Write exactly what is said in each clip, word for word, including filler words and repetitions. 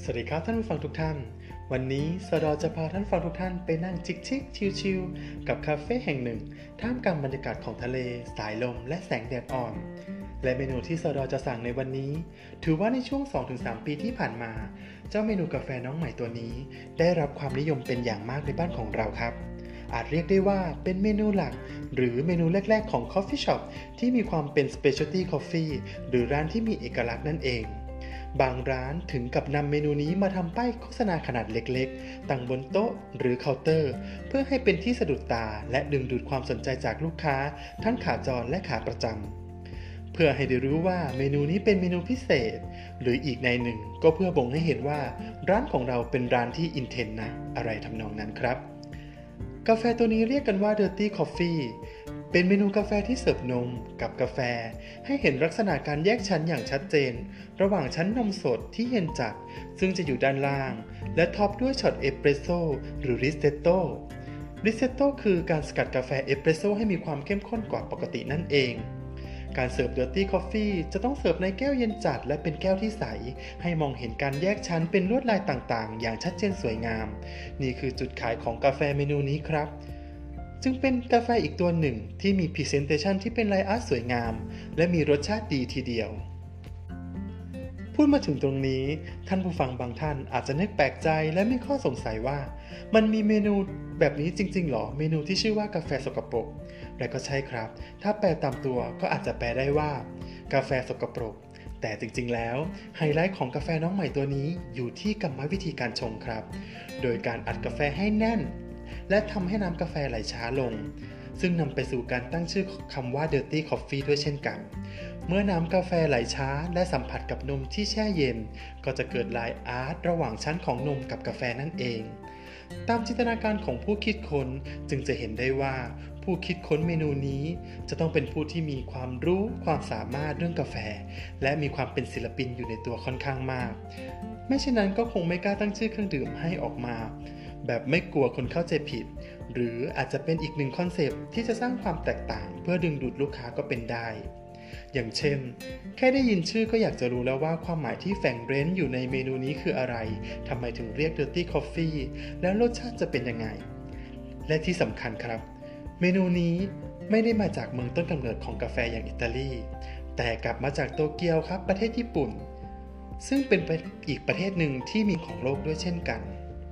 สวัสดีครับท่านผู้ฟังทุกท่านวันนี้สดอจะพาท่านฟังทุกท่านไปนั่งชิคๆชิลๆกับคาเฟ่แห่งหนึ่งท่ามกลางบรรยากาศของทะเลสายลมและแสงแดดอ่อนและเมนูที่สดอจะสั่งในวันนี้ถือว่าในช่วง สองถึงสาม ปีที่ผ่านมาเจ้าเมนูกาแฟน้องใหม่ตัวนี้ได้รับความนิยมเป็นอย่างมากในบ้านของเราครับอาจเรียกได้ว่าเป็นเมนูหลักหรือเมนูแรกๆของ Coffee Shop ที่มีความเป็น Specialty Coffee หรือร้านที่มีเอกลักษณ์นั่นเองบางร้านถึงกับนำเมนูนี้มาทำป้ายโฆษณาขนาดเล็กๆตั้งบนโต๊ะหรือเคาน์เตอร์เพื่อให้เป็นที่สะดุดตาและดึงดูดความสนใจจากลูกค้าทั้งขาจรและขาประจำเพื่อให้ได้รู้ว่าเมนูนี้เป็นเมนูพิเศษหรืออีกในหนึ่งก็เพื่อบ่งให้เห็นว่าร้านของเราเป็นร้านที่อินเทนนะอะไรทำนองนั้นครับกาแฟตัวนี้เรียกกันว่า Dirty Coffee เป็นเมนูกาแฟที่เสิร์ฟนมกับกาแฟให้เห็นลักษณะการแยกชั้นอย่างชัดเจนระหว่างชั้นนมสดที่เย็นจัดซึ่งจะอยู่ด้านล่างและท็อปด้วยช็อตเอสเปรสโซ่หรือริสเตโต้ริสเตโต้คือการสกัดกาแฟเอสเปรสโซ่ให้มีความเข้มข้นกว่าปกตินั่นเองการเสิร์ฟ Dirty Coffee จะต้องเสิร์ฟในแก้วเย็นจัดและเป็นแก้วที่ใสให้มองเห็นการแยกชั้นเป็นลวดลายต่างๆอย่างชัดเจนสวยงามนี่คือจุดขายของกาแฟเมนูนี้ครับจึงเป็นกาแฟอีกตัวหนึ่งที่มี Presentation ที่เป็นไลน์อาร์ตสวยงามและมีรสชาติดีทีเดียวพูดมาถึงตรงนี้ท่านผู้ฟังบางท่านอาจจะนึกแปลกใจและมีข้อสงสัยว่ามันมีเมนูแบบนี้จริงๆหรอเมนูที่ชื่อว่ากาแฟสกปรกและก็ใช่ครับถ้าแปลตามตัวก็อาจจะแปลได้ว่ากาแฟสกปรกแต่จริงๆแล้วไฮไลท์ของกาแฟน้องใหม่ตัวนี้อยู่ที่กรรมวิธีการชงครับโดยการอัดกาแฟให้แน่นและทำให้น้ำกาแฟไหลช้าลงซึ่งนำไปสู่การตั้งชื่อคำว่า Dirty Coffee ด้วยเช่นกันเมื่อน้ำกาแฟไหลช้าและสัมผัสกับนมที่แช่เย็นก็จะเกิดลายอาร์ตระหว่างชั้นของนมกับกาแฟนั่นเองตามจินตนาการของผู้คิดค้นจึงจะเห็นได้ว่าผู้คิดค้นเมนูนี้จะต้องเป็นผู้ที่มีความรู้ความสามารถเรื่องกาแฟและมีความเป็นศิลปินอยู่ในตัวค่อนข้างมากไม่เช่นนั้นก็คงไม่กล้าตั้งชื่อเครื่องดื่มให้ออกมาแบบไม่กลัวคนเข้าใจผิดหรืออาจจะเป็นอีกหนึ่งคอนเซปต์ที่จะสร้างความแตกต่างเพื่อดึงดูดลูกค้าก็เป็นได้อย่างเช่นแค่ได้ยินชื่อก็อยากจะรู้แล้วว่าความหมายที่แฝงเร้นอยู่ในเมนูนี้คืออะไรทำไมถึงเรียก Dirty Coffee แล้วรสชาติจะเป็นยังไงและที่สำคัญครับเมนูนี้ไม่ได้มาจากเมืองต้นกำเนิดของกาแฟอย่างอิตาลีแต่กลับมาจากโตเกียวครับประเทศญี่ปุ่นซึ่งเป็นอีกประเทศหนึ่งที่มีของโลกด้วยเช่นกัน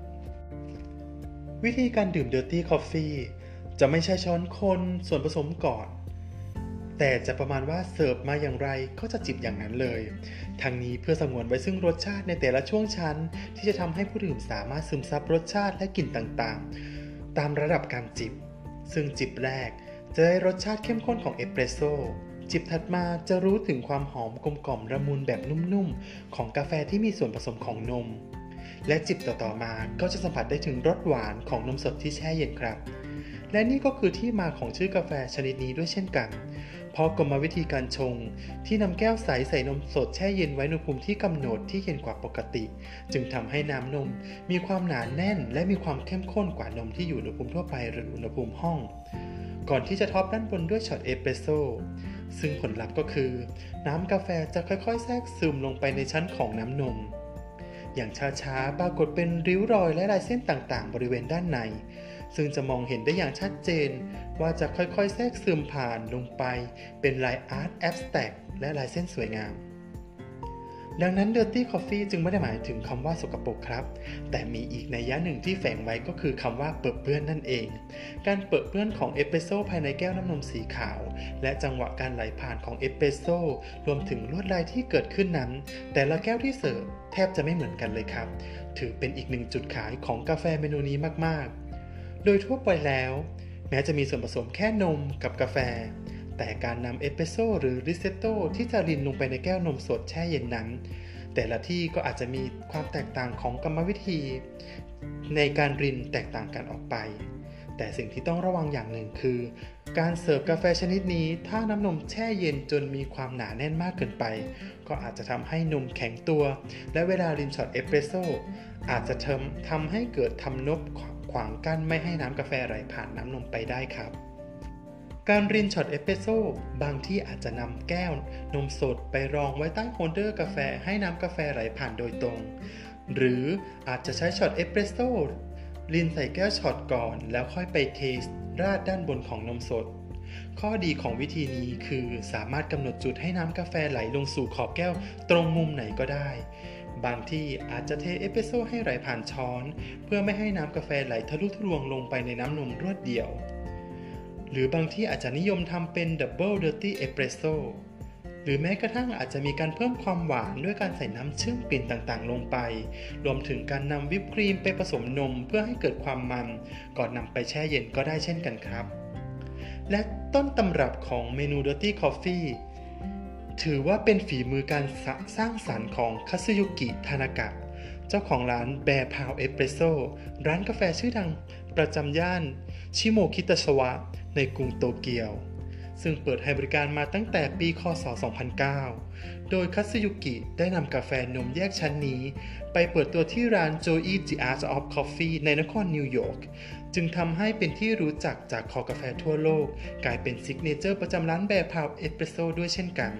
วิธีการดื่ม Dirty Coffee จะไม่ใช่ช้อนคนส่วนผสมก่อนแต่จะประมาณว่าเสิร์ฟมาอย่างไรก็จะจิบอย่างนั้นเลยทั้งนี้เพื่อสงวนไว้ซึ่งรสชาติในแต่ละช่วงชั้นที่จะทำให้ผู้ดื่มสามารถซึมซับรสชาติและกลิ่นต่างๆตามระดับการจิบซึ่งจิบแรกจะได้รสชาติเข้มข้นของเอสเปรสโซ่จิบถัดมาจะรู้ถึงความหอมกลมกล่อมละมุนแบบนุ่มๆของกาแฟที่มีส่วนผสมของนมและจิบต่อๆมาก็จะสัมผัสได้ถึงรสหวานของนมสดที่แช่เย็นครับและนี่ก็คือที่มาของชื่อกาแฟชนิดนี้ด้วยเช่นกันเพราะกรรมวิธีการชงที่นำแก้วใสใส่นมสดแช่เย็นไว้ในอุณหภูมิที่กำหนดที่เย็นกว่าปกติจึงทำให้น้ำนมมีความหนาแน่นและมีความเข้มข้นกว่านมที่อยู่ในอุณหภูมิทั่วไปหรืออุณหภูมิห้องก่อนที่จะท็อปด้านบนด้วยช็อตเอสเปรสโซ่ซึ่งผลลัพธ์ก็คือน้ำกาแฟจะค่อยๆแทรกซึมลงไปในชั้นของน้ำนมอย่างช้าๆปรากฏเป็นริ้วรอยและลายเส้นต่างๆบริเวณด้านในซึ่งจะมองเห็นได้อย่างชัดเจนว่าจะค่อยๆแทรกซึมผ่านลงไปเป็นลายอาร์ตแอบสแต็กและลายเส้นสวยงามดังนั้น Dirty Coffee จึงไม่ได้หมายถึงคำว่าสกปรกครับแต่มีอีกนัยยะหนึ่งที่แฝงไว้ก็คือคำว่าเปื้อนเปื้อนนั่นเองการเปื้อนเปื้อนของเอสเปรสโซ่ภายในแก้วน้ำนมสีขาวและจังหวะการไหลผ่านของเอสเปรสโซ่รวมถึงลวดลายที่เกิดขึ้นนั้นแต่ละแก้วที่เสิร์ฟแทบจะไม่เหมือนกันเลยครับถือเป็นอีกหนึ่งจุดขายของกาแฟเมนูนี้มากๆโดยทั่วไปแล้วแม้จะมีส่วนผสมแค่นมกับกาแฟแต่การนำเอสเปรสโซ่หรือริสเตโต้ที่จะรินลงไปในแก้วนมสดแช่เย็นนั้นแต่ละที่ก็อาจจะมีความแตกต่างของกรรมวิธีในการรินแตกต่างกันออกไปแต่สิ่งที่ต้องระวังอย่างหนึ่งคือการเสิร์ฟกาแฟชนิดนี้ถ้าน้ำนมแช่เย็นจนมีความหนาแน่นมากเกินไปก็อาจจะทำให้นมแข็งตัวและเวลารินช็อตเอสเปรสโซ่อาจจะทำทำให้เกิดทำนบขวางกั้นไม่ให้น้ำกาแฟไหลผ่านน้ำนมไปได้ครับการรินช็อตเอสเปรสโซ่บางที่อาจจะนำแก้วนมสดไปรองไว้ใต้โฮลเดอร์กาแฟให้น้ำกาแฟไหลผ่านโดยตรงหรืออาจจะใช้ช็อตเอสเปรสโซ่รินใส่แก้วช็อตก่อนแล้วค่อยไปเทราดด้านบนของนมสดข้อดีของวิธีนี้คือสามารถกำหนดจุดให้น้ำกาแฟไหลลงสู่ขอบแก้วตรงมุมไหนก็ได้บางที่อาจจะเทเอสเปรสโซ่ให้ไหลผ่านช้อนเพื่อไม่ให้น้ำกาแฟไหลทะลุทะลวงลงไปในน้ำนมรวดเดียวหรือบางที่อาจจะนิยมทำเป็น Double Dirty Espresso หรือแม้กระทั่งอาจจะมีการเพิ่มความหวานด้วยการใส่น้ำเชื่อมกลิ่นต่างๆลงไปรวมถึงการนำวิปครีมไปผสมนมเพื่อให้เกิดความมันก่อนนำไปแช่เย็นก็ได้เช่นกันครับและต้นตำรับของเมนู Dirty Coffee ถือว่าเป็นฝีมือการสร้างสรรค์ของคัตสึยุกิทานากะเจ้าของร้าน Bear Paw Espresso ร้านกาแฟชื่อดังประจำย่านชิโมคิตะชวะในกรุงโตเกียวซึ่งเปิดให้บริการมาตั้งแต่ปีค.ศ. สองพันเก้าโดยคัตสึยุกิได้นำกาแฟนมแยกชั้นนี้ไปเปิดตัวที่ร้าน Joey The Art of Coffee ในนครนิวยอร์กจึงทำให้เป็นที่รู้จักจากคอกาแฟทั่วโลกกลายเป็นซิกเนเจอร์ประจำร้านแบร์พาวเอสเปรสโซ่ด้วยเช่นกัน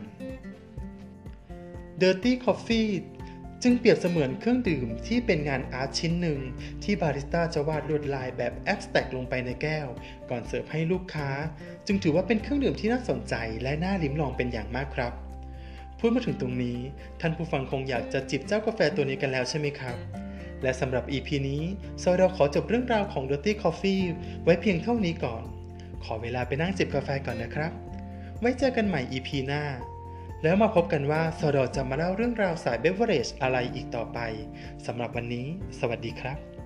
Dirty Coffee จึงเปรียบเสมือนเครื่องดื่มที่เป็นงานอาร์ตชิ้นหนึ่งที่บาริสต้าจะวาดลวดลายแบบแอบสแต็กลงไปในแก้วก่อนเสิร์ฟให้ลูกค้าจึงถือว่าเป็นเครื่องดื่มที่น่าสนใจและน่าลิ้มลองเป็นอย่างมากครับพูดมาถึงตรงนี้ท่านผู้ฟังคงอยากจะจิบเจ้ากาแฟตัวนี้กันแล้วใช่ไหมครับและสำหรับ อี พี นี้ซอยเราขอจบเรื่องราวของ Dirty Coffee ไว้เพียงเท่านี้ก่อนขอเวลาไปนั่งจิบกาแฟก่อนนะครับไว้เจอกันใหม่ อี พี หน้าแล้วมาพบกันว่าซอดอจะมาเล่าเรื่องราวสายเบเวอเรจอะไรอีกต่อไปสำหรับวันนี้สวัสดีครับ